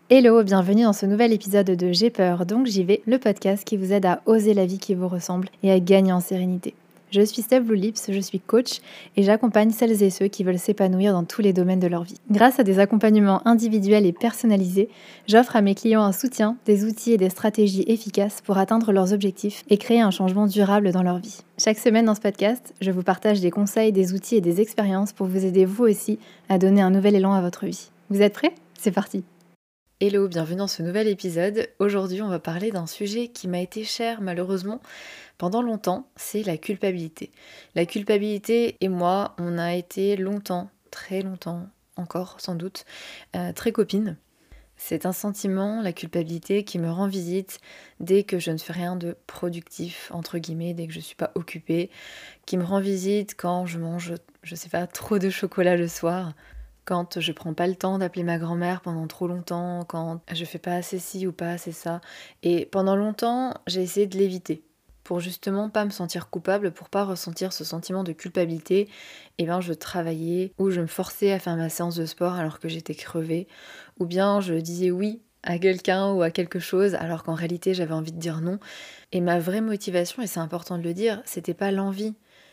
Hello, bienvenue dans ce nouvel épisode de J'ai peur, donc j'y vais, le podcast qui vous aide à oser la vie qui vous ressemble et à gagner en sérénité. Je suis Steph Blue Lips, je suis coach et j'accompagne celles et ceux qui veulent s'épanouir dans tous les domaines de leur vie. Grâce à des accompagnements individuels et personnalisés, j'offre à mes clients un soutien, des outils et des stratégies efficaces pour atteindre leurs objectifs et créer un changement durable dans leur vie. Chaque semaine dans ce podcast, je vous partage des conseils, des outils et des expériences pour vous aider vous aussi à donner un nouvel élan à votre vie. Vous êtes prêts ? C'est parti! Hello, bienvenue dans ce nouvel épisode. Aujourd'hui, on va parler d'un sujet qui m'a été cher malheureusement pendant longtemps, c'est la culpabilité. La culpabilité et moi, on a été longtemps, très longtemps encore sans doute, très copines. C'est un sentiment, la culpabilité, qui me rend visite dès que je ne fais rien de productif, entre guillemets, dès que je ne suis pas occupée, qui me rend visite quand je mange, je sais pas, trop de chocolat le soir, quand je prends pas le temps d'appeler ma grand-mère pendant trop longtemps, quand je fais pas assez ci ou pas assez ça. Et pendant longtemps, j'ai essayé de l'éviter. Pour justement pas me sentir coupable, pour pas ressentir ce sentiment de culpabilité, et ben je travaillais ou je me forçais à faire ma séance de sport alors que j'étais crevée, ou bien je disais oui à quelqu'un ou à quelque chose alors qu'en réalité j'avais envie de dire non. Et ma vraie motivation, et c'est important de le dire, c'était pas l'envie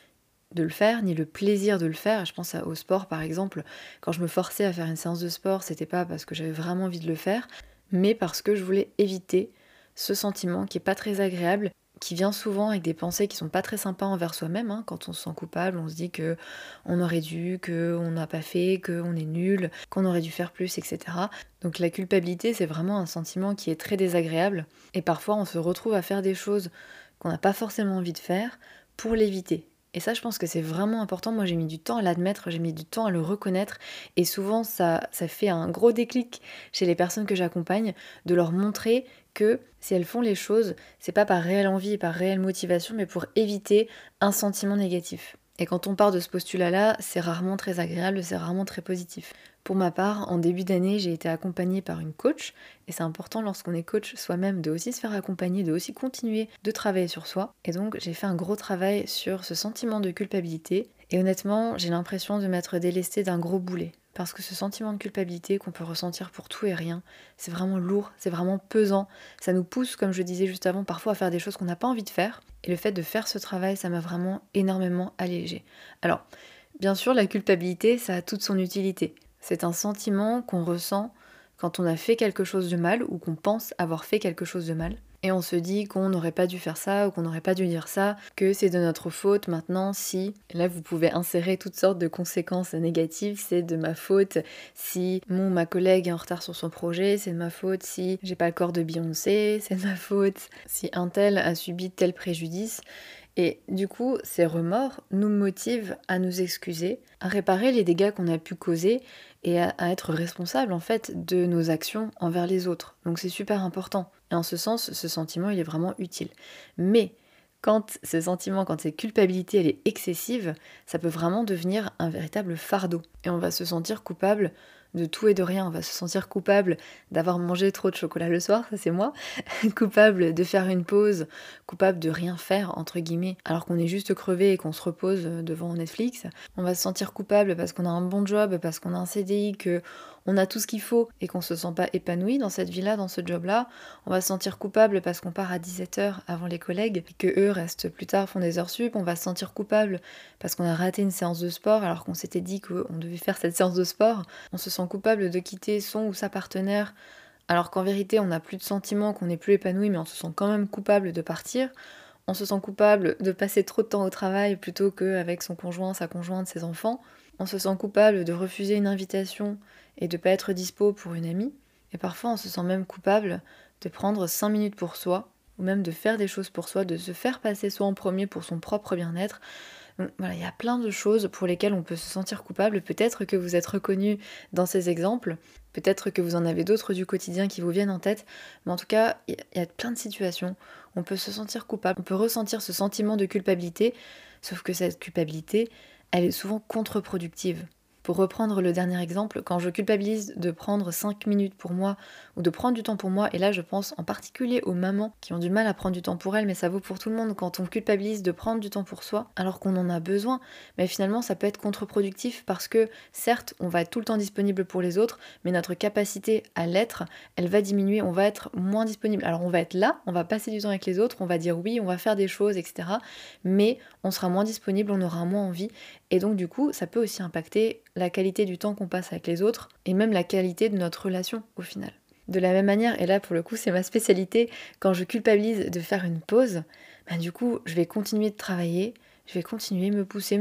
de le faire, ni le plaisir de le faire. Je pense au sport par exemple, quand je me forçais à faire une séance de sport, c'était pas parce que j'avais vraiment envie de le faire, mais parce que je voulais éviter ce sentiment qui est pas très agréable, qui vient souvent avec des pensées qui sont pas très sympas envers soi-même, hein. Quand on se sent coupable, on se dit que on aurait dû, que on n'a pas fait, qu'on est nul, qu'on aurait dû faire plus, etc. Donc la culpabilité, c'est vraiment un sentiment qui est très désagréable, et parfois on se retrouve à faire des choses qu'on n'a pas forcément envie de faire pour l'éviter. Et ça, je pense que c'est vraiment important. Moi, j'ai mis du temps à l'admettre, j'ai mis du temps à le reconnaître. Et souvent, ça fait un gros déclic chez les personnes que j'accompagne, de leur montrer que si elles font les choses, c'est pas par réelle envie et par réelle motivation, mais pour éviter un sentiment négatif. Et quand on part de ce postulat-là, c'est rarement très agréable, c'est rarement très positif. Pour ma part, en début d'année, j'ai été accompagnée par une coach, et c'est important lorsqu'on est coach soi-même de aussi se faire accompagner, de aussi continuer de travailler sur soi. Et donc j'ai fait un gros travail sur ce sentiment de culpabilité, et honnêtement, j'ai l'impression de m'être délestée d'un gros boulet. Parce que ce sentiment de culpabilité qu'on peut ressentir pour tout et rien, c'est vraiment lourd, c'est vraiment pesant. Ça nous pousse, comme je disais juste avant, parfois à faire des choses qu'on n'a pas envie de faire. Et le fait de faire ce travail, ça m'a vraiment énormément allégée. Alors, bien sûr, la culpabilité, ça a toute son utilité. C'est un sentiment qu'on ressent quand on a fait quelque chose de mal ou qu'on pense avoir fait quelque chose de mal. Et on se dit qu'on n'aurait pas dû faire ça ou qu'on n'aurait pas dû dire ça, que c'est de notre faute maintenant si... Là, vous pouvez insérer toutes sortes de conséquences négatives. C'est de ma faute si ma collègue est en retard sur son projet, c'est de ma faute si j'ai pas le corps de Beyoncé, c'est de ma faute si un tel a subi tel préjudice. Et du coup, ces remords nous motivent à nous excuser, à réparer les dégâts qu'on a pu causer et à être responsable en fait de nos actions envers les autres. Donc c'est super important. Et en ce sens, ce sentiment, il est vraiment utile. Mais quand ce sentiment, quand cette culpabilité, elle est excessive, ça peut vraiment devenir un véritable fardeau. Et on va se sentir coupable de tout et de rien. On va se sentir coupable d'avoir mangé trop de chocolat le soir, ça c'est moi, coupable de faire une pause, coupable de rien faire, entre guillemets, alors qu'on est juste crevé et qu'on se repose devant Netflix. On va se sentir coupable parce qu'on a un bon job, parce qu'on a un CDI, que on a tout ce qu'il faut et qu'on se sent pas épanoui dans cette vie-là, dans ce job-là. On va se sentir coupable parce qu'on part à 17h avant les collègues et que eux restent plus tard, font des heures sup. On va se sentir coupable parce qu'on a raté une séance de sport alors qu'on s'était dit qu'on devait faire cette séance de sport. On se sent coupable de quitter son ou sa partenaire alors qu'en vérité on n'a plus de sentiments, qu'on n'est plus épanoui, mais on se sent quand même coupable de partir. On se sent coupable de passer trop de temps au travail plutôt qu'avec son conjoint, sa conjointe, ses enfants. On se sent coupable de refuser une invitation et de pas être dispo pour une amie. Et parfois on se sent même coupable de prendre 5 minutes pour soi, ou même de faire des choses pour soi, de se faire passer soi en premier pour son propre bien-être. Donc voilà, il y a plein de choses pour lesquelles on peut se sentir coupable. Peut-être que vous êtes reconnu dans ces exemples, peut-être que vous en avez d'autres du quotidien qui vous viennent en tête, mais en tout cas, il y a plein de situations où on peut se sentir coupable, on peut ressentir ce sentiment de culpabilité, sauf que cette culpabilité, elle est souvent contre-productive. Pour reprendre le dernier exemple, quand je culpabilise de prendre 5 minutes pour moi ou de prendre du temps pour moi, et là je pense en particulier aux mamans qui ont du mal à prendre du temps pour elles, mais ça vaut pour tout le monde, quand on culpabilise de prendre du temps pour soi alors qu'on en a besoin, mais finalement ça peut être contre-productif parce que certes on va être tout le temps disponible pour les autres, mais notre capacité à l'être, elle va diminuer, on va être moins disponible. Alors on va être là, on va passer du temps avec les autres, on va dire oui, on va faire des choses, etc. Mais on sera moins disponible, on aura moins envie. Et donc du coup, ça peut aussi impacter la qualité du temps qu'on passe avec les autres et même la qualité de notre relation au final. De la même manière, et là pour le coup c'est ma spécialité, quand je culpabilise de faire une pause, du coup je vais continuer de travailler, je vais continuer me pousser,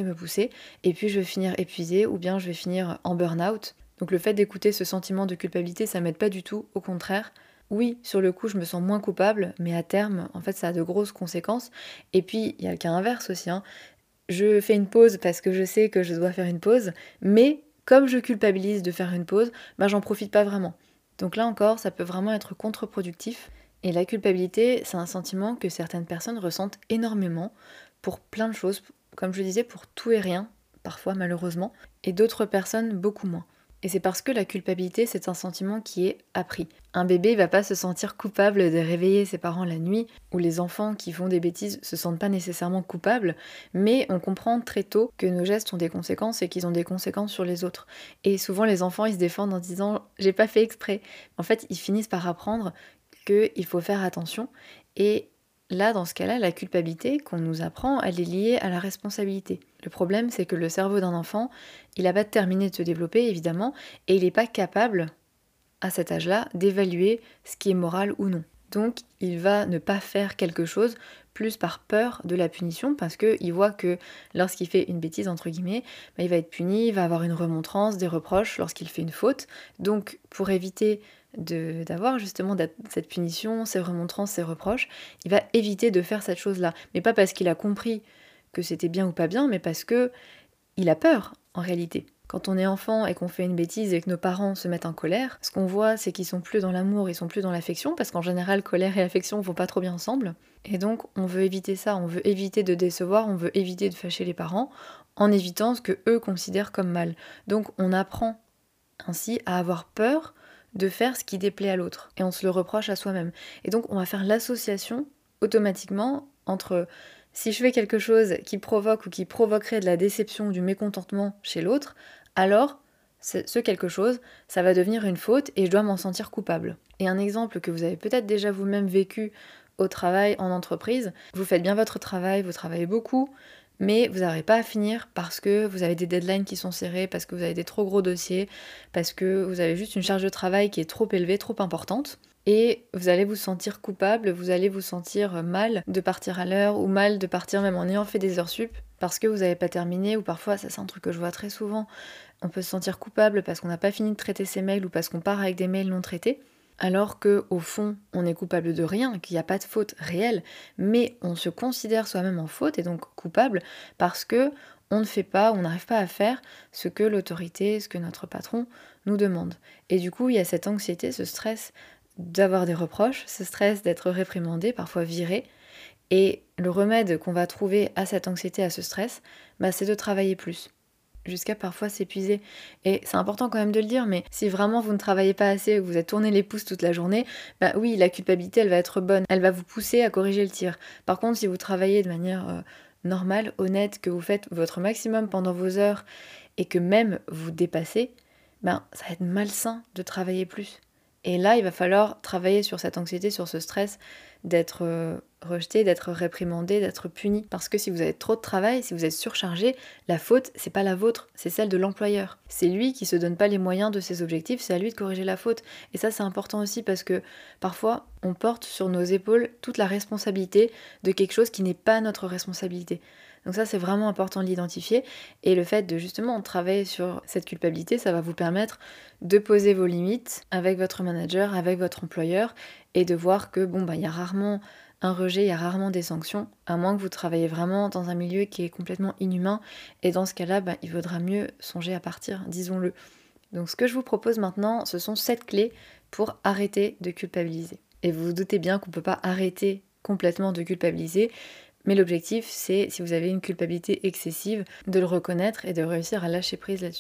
et puis je vais finir épuisée ou bien je vais finir en burn-out. Donc le fait d'écouter ce sentiment de culpabilité, ça m'aide pas du tout, au contraire. Oui, sur le coup, je me sens moins coupable, mais à terme, en fait, ça a de grosses conséquences. Et puis, il y a le cas inverse aussi, hein. Je fais une pause parce que je sais que je dois faire une pause, mais comme je culpabilise de faire une pause, j'en profite pas vraiment. Donc là encore, ça peut vraiment être contre-productif. Et la culpabilité, c'est un sentiment que certaines personnes ressentent énormément pour plein de choses, comme je disais, pour tout et rien, parfois malheureusement, et d'autres personnes beaucoup moins. Et c'est parce que la culpabilité, c'est un sentiment qui est appris. Un bébé ne va pas se sentir coupable de réveiller ses parents la nuit, ou les enfants qui font des bêtises se sentent pas nécessairement coupables, mais on comprend très tôt que nos gestes ont des conséquences et qu'ils ont des conséquences sur les autres. Et souvent les enfants, ils se défendent en disant « j'ai pas fait exprès ». En fait, ils finissent par apprendre qu'il faut faire attention. Et là, dans ce cas-là, la culpabilité qu'on nous apprend, elle est liée à la responsabilité. Le problème, c'est que le cerveau d'un enfant, il n'a pas terminé de se développer, évidemment, et il n'est pas capable, à cet âge-là, d'évaluer ce qui est moral ou non. Donc, il va ne pas faire quelque chose plus par peur de la punition, parce qu'il voit que lorsqu'il fait une bêtise, entre guillemets, il va être puni, il va avoir une remontrance, des reproches lorsqu'il fait une faute. Donc, pour éviter d'avoir justement cette punition, ces remontrances, ces reproches, il va éviter de faire cette chose-là. Mais pas parce qu'il a compris que c'était bien ou pas bien, mais parce que il a peur, en réalité. Quand on est enfant et qu'on fait une bêtise et que nos parents se mettent en colère, ce qu'on voit, c'est qu'ils sont plus dans l'amour, ils sont plus dans l'affection, parce qu'en général, colère et affection vont pas trop bien ensemble. Et donc, on veut éviter ça, on veut éviter de décevoir, on veut éviter de fâcher les parents, en évitant ce que eux considèrent comme mal. Donc, on apprend ainsi à avoir peur de faire ce qui déplaît à l'autre, et on se le reproche à soi-même. Et donc, on va faire l'association automatiquement entre si je fais quelque chose qui provoque ou qui provoquerait de la déception ou du mécontentement chez l'autre, alors ce quelque chose, ça va devenir une faute et je dois m'en sentir coupable. Et un exemple que vous avez peut-être déjà vous-même vécu au travail, en entreprise, vous faites bien votre travail, vous travaillez beaucoup, mais vous n'arrivez pas à finir parce que vous avez des deadlines qui sont serrées, parce que vous avez des trop gros dossiers, parce que vous avez juste une charge de travail qui est trop élevée, trop importante. Et vous allez vous sentir coupable, vous allez vous sentir mal de partir à l'heure ou mal de partir même en ayant fait des heures sup parce que vous n'avez pas terminé, ou parfois, ça c'est un truc que je vois très souvent, on peut se sentir coupable parce qu'on n'a pas fini de traiter ses mails ou parce qu'on part avec des mails non traités, alors qu'au fond, on est coupable de rien, qu'il n'y a pas de faute réelle, mais on se considère soi-même en faute et donc coupable parce que on ne fait pas, on n'arrive pas à faire ce que l'autorité, ce que notre patron nous demande. Et du coup, il y a cette anxiété, ce stress d'avoir des reproches, ce stress d'être réprimandé, parfois viré. Et le remède qu'on va trouver à cette anxiété, à ce stress, c'est de travailler plus, jusqu'à parfois s'épuiser. Et c'est important quand même de le dire, mais si vraiment vous ne travaillez pas assez, vous êtes tourné les pouces toute la journée, oui, la culpabilité, elle va être bonne, elle va vous pousser à corriger le tir. Par contre, si vous travaillez de manière normale, honnête, que vous faites votre maximum pendant vos heures, et que même vous dépassez, ça va être malsain de travailler plus. Et là, il va falloir travailler sur cette anxiété, sur ce stress, d'être rejeté, d'être réprimandé, d'être puni. Parce que si vous avez trop de travail, si vous êtes surchargé, la faute, c'est pas la vôtre, c'est celle de l'employeur. C'est lui qui se donne pas les moyens de ses objectifs, c'est à lui de corriger la faute. Et ça, c'est important aussi parce que parfois, on porte sur nos épaules toute la responsabilité de quelque chose qui n'est pas notre responsabilité. Donc ça, c'est vraiment important de l'identifier. Et le fait de justement travailler sur cette culpabilité, ça va vous permettre de poser vos limites avec votre manager, avec votre employeur, et de voir que il y a rarement un rejet, il y a rarement des sanctions, à moins que vous travaillez vraiment dans un milieu qui est complètement inhumain. Et dans ce cas-là, il vaudra mieux songer à partir, disons-le. Donc ce que je vous propose maintenant, ce sont 7 clés pour arrêter de culpabiliser. Et vous vous doutez bien qu'on ne peut pas arrêter complètement de culpabiliser, mais l'objectif, c'est, si vous avez une culpabilité excessive, de le reconnaître et de réussir à lâcher prise là-dessus.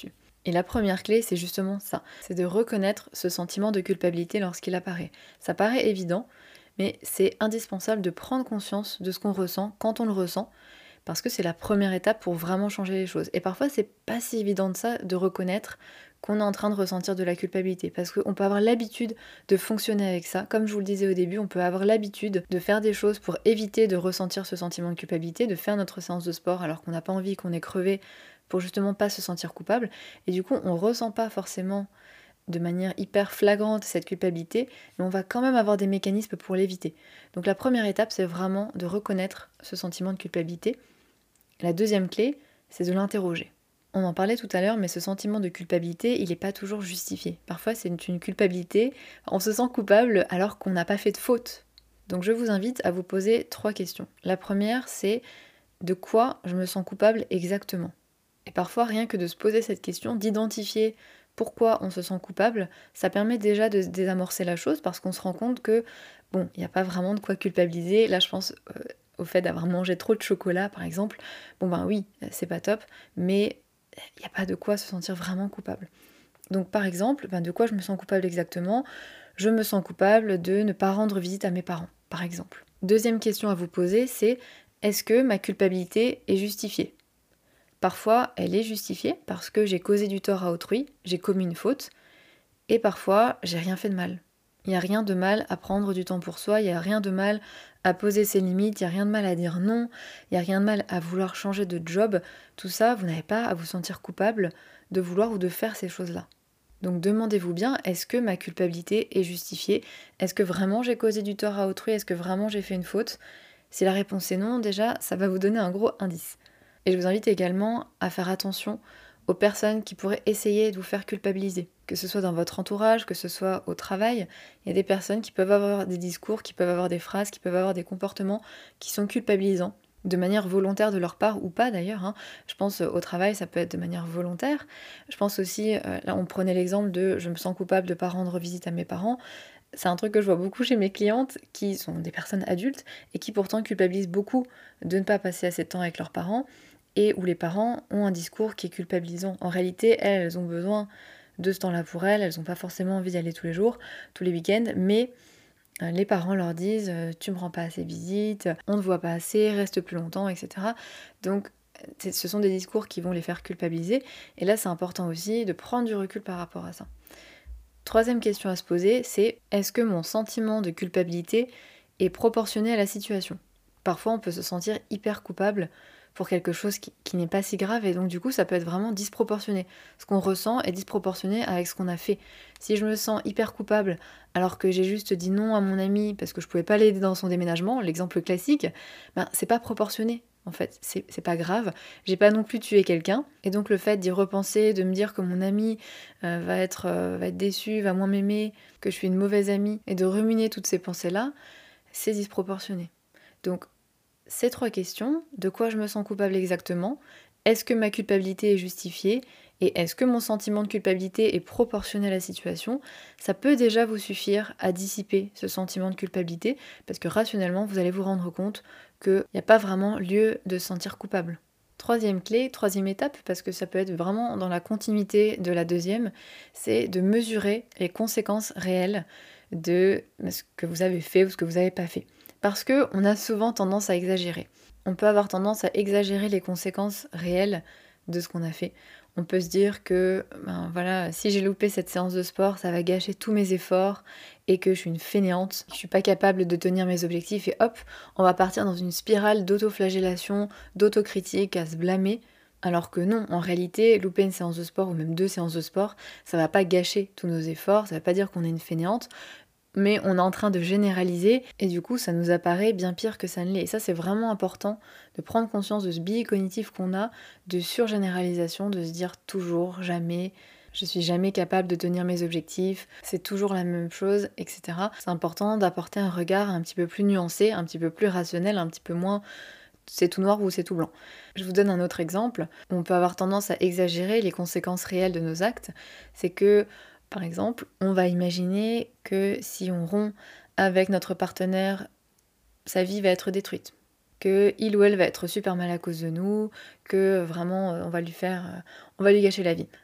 Et la première clé, c'est justement ça, c'est de reconnaître ce sentiment de culpabilité lorsqu'il apparaît. Ça paraît évident, mais c'est indispensable de prendre conscience de ce qu'on ressent quand on le ressent, parce que c'est la première étape pour vraiment changer les choses. Et parfois, c'est pas si évident de ça, de reconnaître qu'on est en train de ressentir de la culpabilité, parce qu'on peut avoir l'habitude de fonctionner avec ça. Comme je vous le disais au début, on peut avoir l'habitude de faire des choses pour éviter de ressentir ce sentiment de culpabilité, de faire notre séance de sport alors qu'on n'a pas envie, qu'on est crevé, pour justement pas se sentir coupable. Et du coup, on ressent pas forcément de manière hyper flagrante cette culpabilité, mais on va quand même avoir des mécanismes pour l'éviter. Donc la première étape, c'est vraiment de reconnaître ce sentiment de culpabilité. La deuxième clé, c'est de l'interroger. On en parlait tout à l'heure, mais ce sentiment de culpabilité, il n'est pas toujours justifié. Parfois, c'est une culpabilité, on se sent coupable alors qu'on n'a pas fait de faute. Donc je vous invite à vous poser 3 questions. La première, c'est de quoi je me sens coupable exactement? Et parfois, rien que de se poser cette question, d'identifier pourquoi on se sent coupable, ça permet déjà de désamorcer la chose parce qu'on se rend compte que, bon, il n'y a pas vraiment de quoi culpabiliser. Là, je pense au fait d'avoir mangé trop de chocolat, par exemple. Bon, ben oui, c'est pas top, mais il n'y a pas de quoi se sentir vraiment coupable. Donc, par exemple, de quoi je me sens coupable exactement? Je me sens coupable de ne pas rendre visite à mes parents, par exemple. Deuxième question à vous poser, c'est est-ce que ma culpabilité est justifiée? Parfois, elle est justifiée parce que j'ai causé du tort à autrui, j'ai commis une faute, et parfois, j'ai rien fait de mal. Il n'y a rien de mal à prendre du temps pour soi, il n'y a rien de mal à poser ses limites, il n'y a rien de mal à dire non, il n'y a rien de mal à vouloir changer de job. Tout ça, vous n'avez pas à vous sentir coupable de vouloir ou de faire ces choses-là. Donc demandez-vous bien, est-ce que ma culpabilité est justifiée? Est-ce que vraiment j'ai causé du tort à autrui? Est-ce que vraiment j'ai fait une faute? Si la réponse est non, déjà, ça va vous donner un gros indice. Et je vous invite également à faire attention aux personnes qui pourraient essayer de vous faire culpabiliser. Que ce soit dans votre entourage, que ce soit au travail, il y a des personnes qui peuvent avoir des discours, qui peuvent avoir des phrases, qui peuvent avoir des comportements qui sont culpabilisants, de manière volontaire de leur part ou pas d'ailleurs. Je pense au travail, ça peut être de manière volontaire. Je pense aussi, là on prenait l'exemple de je me sens coupable de ne pas rendre visite à mes parents. C'est un truc que je vois beaucoup chez mes clientes qui sont des personnes adultes et qui pourtant culpabilisent beaucoup de ne pas passer assez de temps avec leurs parents et où les parents ont un discours qui est culpabilisant. En réalité, elles ont besoin de ce temps-là pour elles n'ont pas forcément envie d'y aller tous les jours, tous les week-ends, mais les parents leur disent tu me rends pas assez visite, on ne voit pas assez, reste plus longtemps, etc. Donc ce sont des discours qui vont les faire culpabiliser et là c'est important aussi de prendre du recul par rapport à ça. Troisième question à se poser, c'est est-ce que mon sentiment de culpabilité est proportionné à la situation? Parfois on peut se sentir hyper coupable pour quelque chose qui n'est pas si grave et donc du coup ça peut être vraiment disproportionné. Ce qu'on ressent est disproportionné avec ce qu'on a fait. Si je me sens hyper coupable alors que j'ai juste dit non à mon ami parce que je pouvais pas l'aider dans son déménagement, l'exemple classique, c'est pas proportionné. En fait, c'est pas grave, j'ai pas non plus tué quelqu'un, et donc le fait d'y repenser, de me dire que mon ami va être déçu, va moins m'aimer, que je suis une mauvaise amie, et de ruminer toutes ces pensées-là, c'est disproportionné. Donc ces 3 questions, de quoi je me sens coupable exactement, est-ce que ma culpabilité est justifiée, et est-ce que mon sentiment de culpabilité est proportionné à la situation, ça peut déjà vous suffire à dissiper ce sentiment de culpabilité, parce que rationnellement, vous allez vous rendre compte qu'il n'y a pas vraiment lieu de se sentir coupable. Troisième clé, troisième étape, parce que ça peut être vraiment dans la continuité de la deuxième, c'est de mesurer les conséquences réelles de ce que vous avez fait ou ce que vous n'avez pas fait. Parce qu'on a souvent tendance à exagérer. On peut avoir tendance à exagérer les conséquences réelles de ce qu'on a fait. On peut se dire que voilà, si j'ai loupé cette séance de sport, ça va gâcher tous mes efforts et que je suis une fainéante, je suis pas capable de tenir mes objectifs et hop, on va partir dans une spirale d'autoflagellation, d'autocritique, à se blâmer. Alors que non, en réalité, louper une séance de sport ou même 2 séances de sport, ça va pas gâcher tous nos efforts, ça va pas dire qu'on est une fainéante, mais on est en train de généraliser et du coup ça nous apparaît bien pire que ça ne l'est. Et ça c'est vraiment important de prendre conscience de ce biais cognitif qu'on a, de surgénéralisation, de se dire toujours, jamais, je suis jamais capable de tenir mes objectifs, c'est toujours la même chose, etc. C'est important d'apporter un regard un petit peu plus nuancé, un petit peu plus rationnel, un petit peu moins c'est tout noir ou c'est tout blanc. Je vous donne un autre exemple. On peut avoir tendance à exagérer les conséquences réelles de nos actes. C'est que par exemple, on va imaginer que si on rompt avec notre partenaire, sa vie va être détruite. Que il ou elle va être super mal à cause de nous, que vraiment on va lui gâcher la vie.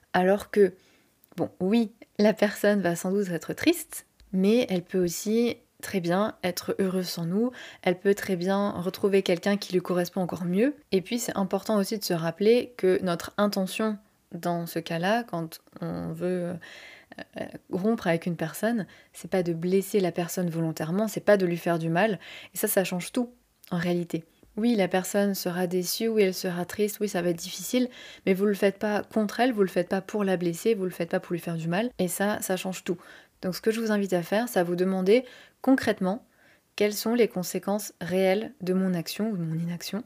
Alors que, bon, oui, la personne va sans doute être triste, mais elle peut aussi très bien être heureuse sans nous, elle peut très bien retrouver quelqu'un qui lui correspond encore mieux. Et puis c'est important aussi de se rappeler que notre intention dans ce cas-là, quand on veut rompre avec une personne, c'est pas de blesser la personne volontairement, c'est pas de lui faire du mal, et ça change tout en réalité. Oui, la personne sera déçue, oui, elle sera triste, oui, ça va être difficile, mais vous le faites pas contre elle, vous le faites pas pour la blesser, vous le faites pas pour lui faire du mal, et ça change tout. Donc ce que je vous invite à faire, c'est à vous demander concrètement quelles sont les conséquences réelles de mon action ou de mon inaction,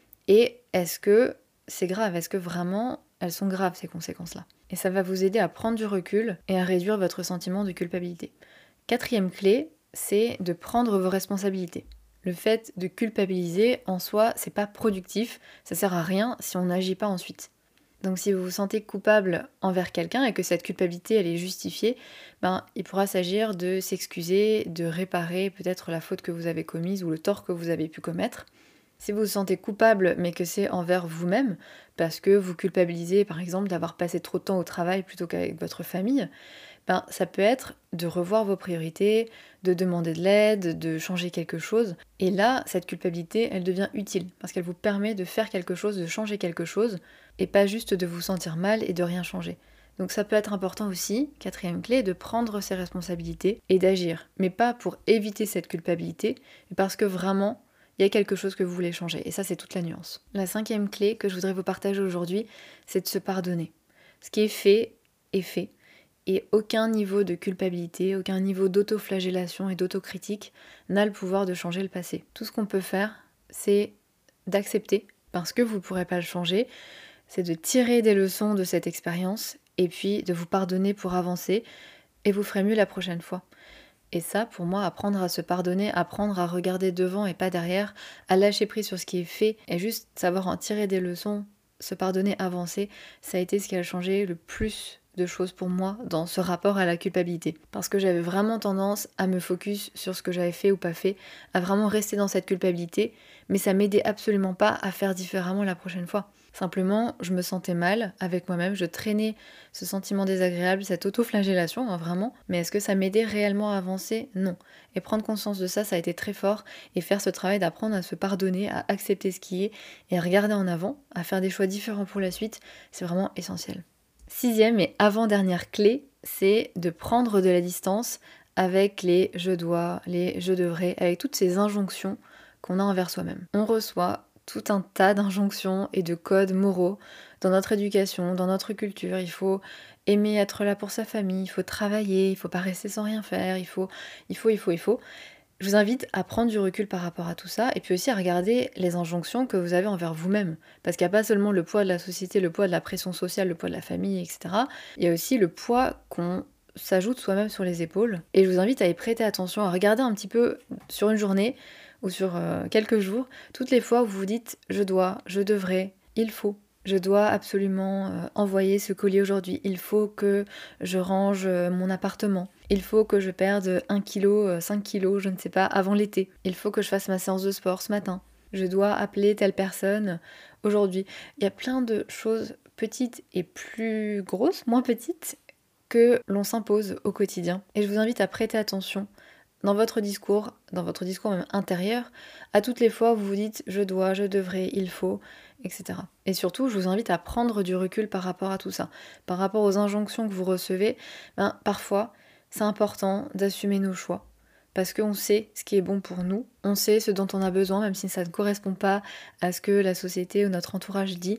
et est-ce que c'est grave, est-ce que vraiment elles sont graves ces conséquences-là. Et ça va vous aider à prendre du recul et à réduire votre sentiment de culpabilité. Quatrième clé, c'est de prendre vos responsabilités. Le fait de culpabiliser, en soi, c'est pas productif, ça sert à rien si on n'agit pas ensuite. Donc si vous vous sentez coupable envers quelqu'un et que cette culpabilité elle est justifiée, il pourra s'agir de s'excuser, de réparer peut-être la faute que vous avez commise ou le tort que vous avez pu commettre. Si vous vous sentez coupable mais que c'est envers vous-même, parce que vous culpabilisez par exemple d'avoir passé trop de temps au travail plutôt qu'avec votre famille, ça peut être de revoir vos priorités, de demander de l'aide, de changer quelque chose. Et là, cette culpabilité, elle devient utile, parce qu'elle vous permet de faire quelque chose, de changer quelque chose, et pas juste de vous sentir mal et de rien changer. Donc ça peut être important aussi, quatrième clé, de prendre ses responsabilités et d'agir. Mais pas pour éviter cette culpabilité, mais parce que vraiment, il y a quelque chose que vous voulez changer. Et ça, c'est toute la nuance. La cinquième clé que je voudrais vous partager aujourd'hui, c'est de se pardonner. Ce qui est fait est fait. Et aucun niveau de culpabilité, aucun niveau d'autoflagellation et d'autocritique n'a le pouvoir de changer le passé. Tout ce qu'on peut faire, c'est d'accepter, parce que vous ne pourrez pas le changer, c'est de tirer des leçons de cette expérience et puis de vous pardonner pour avancer, et vous ferez mieux la prochaine fois. Et ça, pour moi, apprendre à se pardonner, apprendre à regarder devant et pas derrière, à lâcher prise sur ce qui est fait, et juste savoir en tirer des leçons, se pardonner, avancer, ça a été ce qui a changé le plus de choses pour moi dans ce rapport à la culpabilité. Parce que j'avais vraiment tendance à me focus sur ce que j'avais fait ou pas fait, à vraiment rester dans cette culpabilité, mais ça m'aidait absolument pas à faire différemment la prochaine fois. Simplement, je me sentais mal avec moi-même, je traînais ce sentiment désagréable, cette autoflagellation, vraiment. Mais est-ce que ça m'aidait réellement à avancer? Non. Et prendre conscience de ça, ça a été très fort. Et faire ce travail d'apprendre à se pardonner, à accepter ce qui est, et à regarder en avant, à faire des choix différents pour la suite, c'est vraiment essentiel. Sixième et avant-dernière clé, c'est de prendre de la distance avec les je dois, les je devrais, avec toutes ces injonctions qu'on a envers soi-même. On reçoit tout un tas d'injonctions et de codes moraux dans notre éducation, dans notre culture. Il faut aimer être là pour sa famille, il faut travailler, il faut pas rester sans rien faire, il faut. Je vous invite à prendre du recul par rapport à tout ça et puis aussi à regarder les injonctions que vous avez envers vous-même. Parce qu'il n'y a pas seulement le poids de la société, le poids de la pression sociale, le poids de la famille, etc. Il y a aussi le poids qu'on s'ajoute soi-même sur les épaules. Et je vous invite à y prêter attention, à regarder un petit peu sur une journée ou sur quelques jours, toutes les fois où vous vous dites « je dois, je devrais, il faut ». Je dois absolument envoyer ce colis aujourd'hui. Il faut que je range mon appartement. Il faut que je perde 1 kg, 5 kilos, je ne sais pas, avant l'été. Il faut que je fasse ma séance de sport ce matin. Je dois appeler telle personne aujourd'hui. Il y a plein de choses petites et plus grosses, moins petites, que l'on s'impose au quotidien. Et je vous invite à prêter attention dans votre discours même intérieur, à toutes les fois où vous vous dites « je dois, je devrais, il faut », etc. Et surtout, je vous invite à prendre du recul par rapport à tout ça. Par rapport aux injonctions que vous recevez, parfois, c'est important d'assumer nos choix. Parce qu'on sait ce qui est bon pour nous, on sait ce dont on a besoin, même si ça ne correspond pas à ce que la société ou notre entourage dit,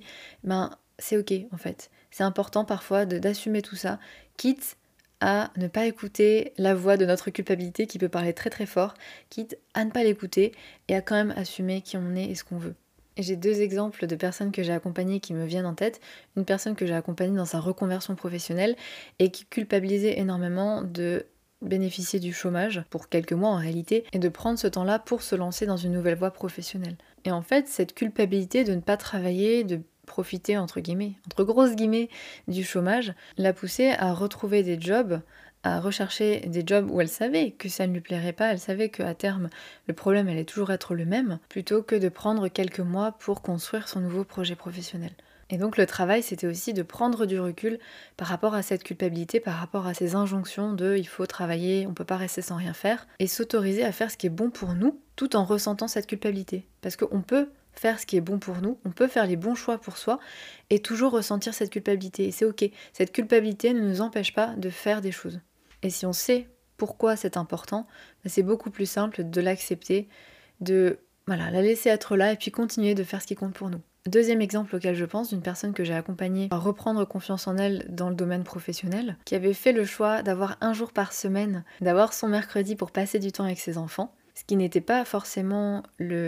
c'est ok en fait. C'est important parfois d'assumer tout ça, quitte à ne pas écouter la voix de notre culpabilité qui peut parler très très fort, quitte à ne pas l'écouter et à quand même assumer qui on est et ce qu'on veut. Et j'ai 2 exemples de personnes que j'ai accompagnées qui me viennent en tête. Une personne que j'ai accompagnée dans sa reconversion professionnelle et qui culpabilisait énormément de bénéficier du chômage pour quelques mois en réalité et de prendre ce temps-là pour se lancer dans une nouvelle voie professionnelle. Et en fait, cette culpabilité de ne pas travailler, de profiter entre grosses guillemets, du chômage, l'a poussée à retrouver des jobs, à rechercher des jobs où elle savait que ça ne lui plairait pas, elle savait qu'à terme, le problème allait toujours être le même, plutôt que de prendre quelques mois pour construire son nouveau projet professionnel. Et donc le travail, c'était aussi de prendre du recul par rapport à cette culpabilité, par rapport à ces injonctions de il faut travailler, on peut pas rester sans rien faire, et s'autoriser à faire ce qui est bon pour nous, tout en ressentant cette culpabilité. Parce qu'on peut faire ce qui est bon pour nous, on peut faire les bons choix pour soi, et toujours ressentir cette culpabilité. Et c'est ok, cette culpabilité ne nous empêche pas de faire des choses. Et si on sait pourquoi c'est important, c'est beaucoup plus simple de l'accepter, de la laisser être là, et puis continuer de faire ce qui compte pour nous. Deuxième exemple auquel je pense, d'une personne que j'ai accompagnée à reprendre confiance en elle dans le domaine professionnel, qui avait fait le choix d'avoir un jour par semaine, d'avoir son mercredi pour passer du temps avec ses enfants, ce qui n'était pas forcément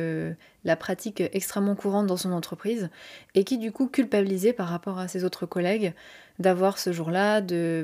la pratique extrêmement courante dans son entreprise, et qui du coup culpabilisait par rapport à ses autres collègues d'avoir ce jour-là, de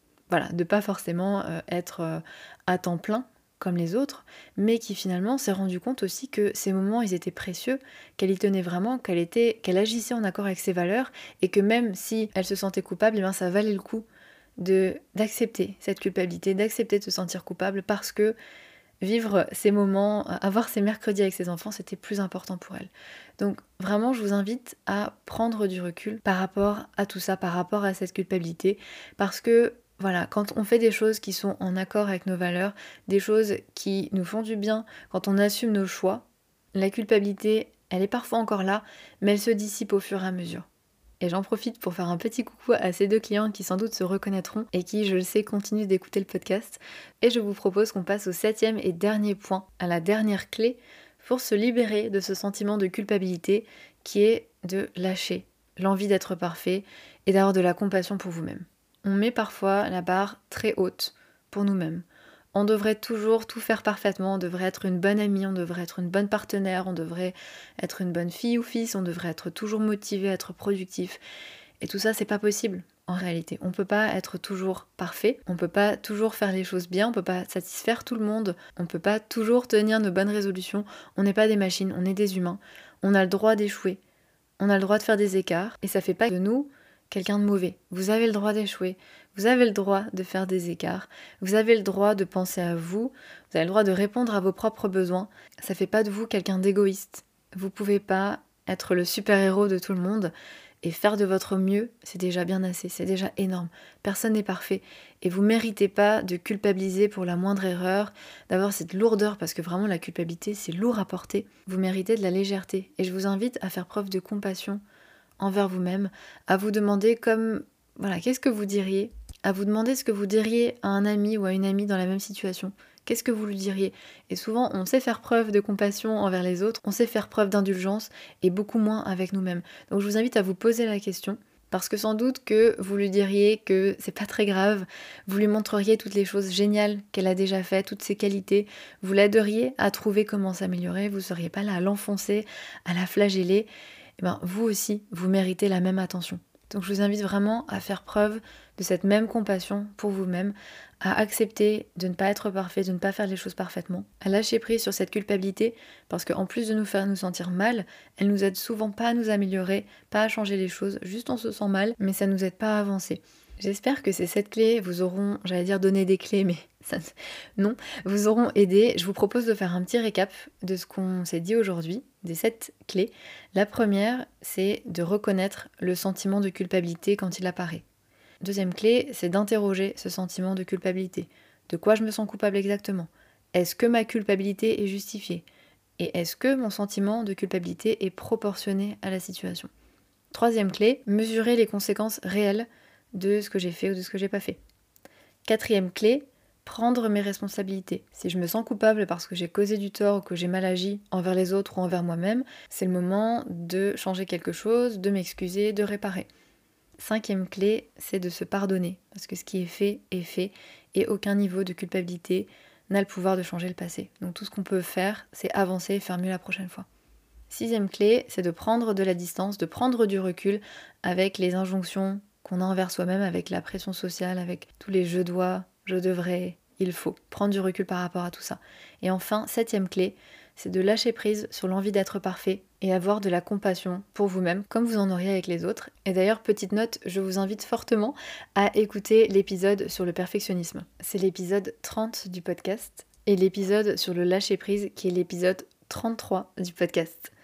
pas forcément être à temps plein comme les autres, mais qui finalement s'est rendu compte aussi que ces moments, ils étaient précieux, qu'elle y tenait vraiment, qu'elle agissait en accord avec ses valeurs, et que même si elle se sentait coupable, ça valait le coup d'accepter cette culpabilité, d'accepter de se sentir coupable, parce que vivre ces moments, avoir ces mercredis avec ses enfants, c'était plus important pour elle. Donc vraiment, je vous invite à prendre du recul par rapport à tout ça, par rapport à cette culpabilité, parce que quand on fait des choses qui sont en accord avec nos valeurs, des choses qui nous font du bien, quand on assume nos choix, la culpabilité, elle est parfois encore là, mais elle se dissipe au fur et à mesure. Et j'en profite pour faire un petit coucou à ces 2 clients qui sans doute se reconnaîtront et qui, je le sais, continuent d'écouter le podcast. Et je vous propose qu'on passe au 7e et dernier point, à la dernière clé pour se libérer de ce sentiment de culpabilité qui est de lâcher l'envie d'être parfait et d'avoir de la compassion pour vous-même. On met parfois la barre très haute pour nous-mêmes. On devrait toujours tout faire parfaitement, on devrait être une bonne amie, on devrait être une bonne partenaire, on devrait être une bonne fille ou fils, on devrait être toujours motivé, être productif. Et tout ça, c'est pas possible en réalité. On peut pas être toujours parfait, on peut pas toujours faire les choses bien, on peut pas satisfaire tout le monde, on peut pas toujours tenir nos bonnes résolutions. On n'est pas des machines, on est des humains. On a le droit d'échouer, on a le droit de faire des écarts, et ça fait pas de nous quelqu'un de mauvais. Vous avez le droit d'échouer, vous avez le droit de faire des écarts, vous avez le droit de penser à vous, vous avez le droit de répondre à vos propres besoins. Ça fait pas de vous quelqu'un d'égoïste. Vous pouvez pas être le super-héros de tout le monde, et faire de votre mieux, c'est déjà bien assez, c'est déjà énorme. Personne n'est parfait, et vous méritez pas de culpabiliser pour la moindre erreur, d'avoir cette lourdeur, parce que vraiment la culpabilité, c'est lourd à porter. Vous méritez de la légèreté, et je vous invite à faire preuve de compassion envers vous-même, à vous demander qu'est-ce que vous diriez, à vous demander ce que vous diriez à un ami ou à une amie dans la même situation. Qu'est-ce que vous lui diriez? Et souvent, on sait faire preuve de compassion envers les autres, on sait faire preuve d'indulgence, et beaucoup moins avec nous-mêmes. Donc je vous invite à vous poser la question, parce que sans doute que vous lui diriez que c'est pas très grave, vous lui montreriez toutes les choses géniales qu'elle a déjà faites, toutes ses qualités, vous l'aideriez à trouver comment s'améliorer, vous seriez pas là à l'enfoncer, à la flageller. Vous aussi, vous méritez la même attention. Donc je vous invite vraiment à faire preuve de cette même compassion pour vous-même, à accepter de ne pas être parfait, de ne pas faire les choses parfaitement, à lâcher prise sur cette culpabilité, parce qu'en plus de nous faire nous sentir mal, elle nous aide souvent pas à nous améliorer, pas à changer les choses, juste on se sent mal, mais ça nous aide pas à avancer. J'espère que ces 7 clés vous auront, donné des clés, mais non, vous auront aidé. Je vous propose de faire un petit récap de ce qu'on s'est dit aujourd'hui, des 7 clés. La première, c'est de reconnaître le sentiment de culpabilité quand il apparaît. Deuxième clé, c'est d'interroger ce sentiment de culpabilité. De quoi je me sens coupable exactement? Est-ce que ma culpabilité est justifiée? Et est-ce que mon sentiment de culpabilité est proportionné à la situation? Troisième clé, mesurer les conséquences réelles de ce que j'ai fait ou de ce que j'ai pas fait. Quatrième clé, prendre mes responsabilités. Si je me sens coupable parce que j'ai causé du tort ou que j'ai mal agi envers les autres ou envers moi-même, c'est le moment de changer quelque chose, de m'excuser, de réparer. Cinquième clé, c'est de se pardonner, parce que ce qui est fait, et aucun niveau de culpabilité n'a le pouvoir de changer le passé. Donc tout ce qu'on peut faire, c'est avancer et faire mieux la prochaine fois. Sixième clé, c'est de prendre de la distance, de prendre du recul avec les injonctions qu'on a envers soi-même, avec la pression sociale, avec tous les je dois, je devrais, il faut. Prendre du recul par rapport à tout ça. Et enfin, septième clé, c'est de lâcher prise sur l'envie d'être parfait et avoir de la compassion pour vous-même, comme vous en auriez avec les autres. Et d'ailleurs, petite note, je vous invite fortement à écouter l'épisode sur le perfectionnisme. C'est l'épisode 30 du podcast et l'épisode sur le lâcher prise qui est l'épisode 33 du podcast.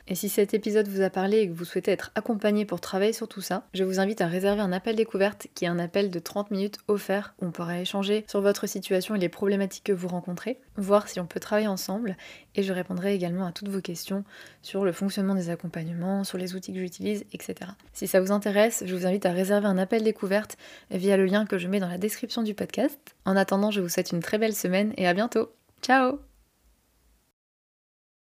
Et si cet épisode vous a parlé et que vous souhaitez être accompagné pour travailler sur tout ça, je vous invite à réserver un appel découverte qui est un appel de 30 minutes offert où on pourra échanger sur votre situation et les problématiques que vous rencontrez, voir si on peut travailler ensemble et je répondrai également à toutes vos questions sur le fonctionnement des accompagnements, sur les outils que j'utilise, etc. Si ça vous intéresse, je vous invite à réserver un appel découverte via le lien que je mets dans la description du podcast. En attendant, je vous souhaite une très belle semaine et à bientôt. Ciao!